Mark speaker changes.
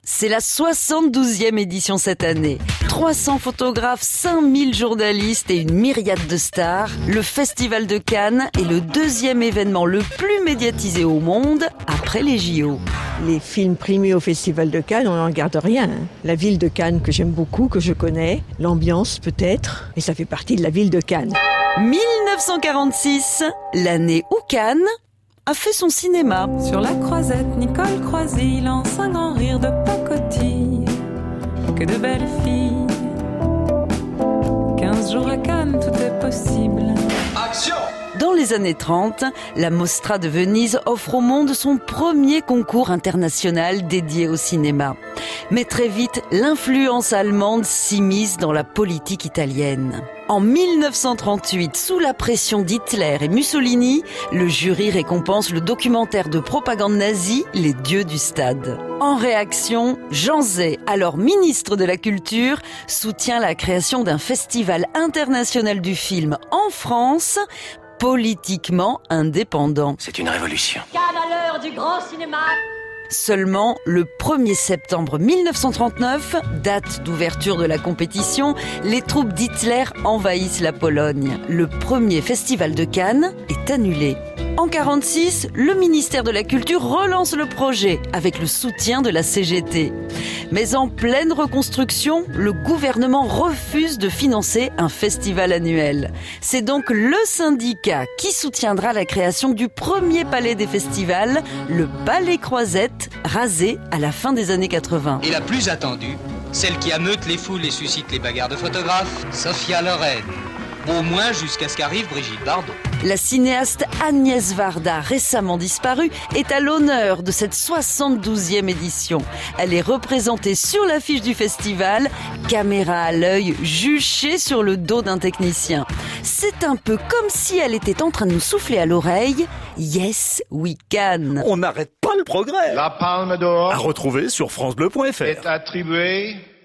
Speaker 1: C'est la 72e édition cette année. 300 photographes, 5000 journalistes et une myriade de stars. Le Festival de Cannes est le deuxième événement le plus médiatisé au monde après les JO.
Speaker 2: Les films primés au Festival de Cannes, on n'en garde rien. La ville de Cannes que j'aime beaucoup, que je connais, l'ambiance peut-être, mais ça fait partie de la ville de Cannes.
Speaker 1: 1946, l'année où Cannes a fait son cinéma.
Speaker 3: Sur la croisette, Nicole Croisille lance un grand rire de pacotille. Que de belles filles. 15 jours à Cannes, tout est possible.
Speaker 4: Action!
Speaker 1: Dans les années 30, la Mostra de Venise offre au monde son premier concours international dédié au cinéma. Mais très vite, l'influence allemande s'immisce dans la politique italienne. En 1938, sous la pression d'Hitler et Mussolini, le jury récompense le documentaire de propagande nazie « Les dieux du stade ». En réaction, Jean Zay, alors ministre de la Culture, soutient la création d'un festival international du film en France, politiquement indépendant.
Speaker 4: C'est une révolution.
Speaker 5: Cannes à l'heure du grand cinéma.
Speaker 1: Seulement, le 1er septembre 1939, date d'ouverture de la compétition, les troupes d'Hitler envahissent la Pologne. Le premier festival de Cannes est annulé. En 1946, le ministère de la Culture relance le projet avec le soutien de la CGT. Mais en pleine reconstruction, le gouvernement refuse de financer un festival annuel. C'est donc le syndicat qui soutiendra la création du premier palais des festivals, le Palais Croisette, rasé à la fin des années 80.
Speaker 6: Et la plus attendue, celle qui ameute les foules et suscite les bagarres de photographes, Sophia Loren. Au moins jusqu'à ce qu'arrive Brigitte Bardot.
Speaker 1: La cinéaste Agnès Varda, récemment disparue, est à l'honneur de cette 72e édition. Elle est représentée sur l'affiche du festival, caméra à l'œil, juchée sur le dos d'un technicien. C'est un peu comme si elle était en train de nous souffler à l'oreille « Yes, we can ».
Speaker 7: On n'arrête pas le progrès.
Speaker 8: La Palme d'Or
Speaker 7: À retrouver sur francebleu.fr.
Speaker 8: est attribuée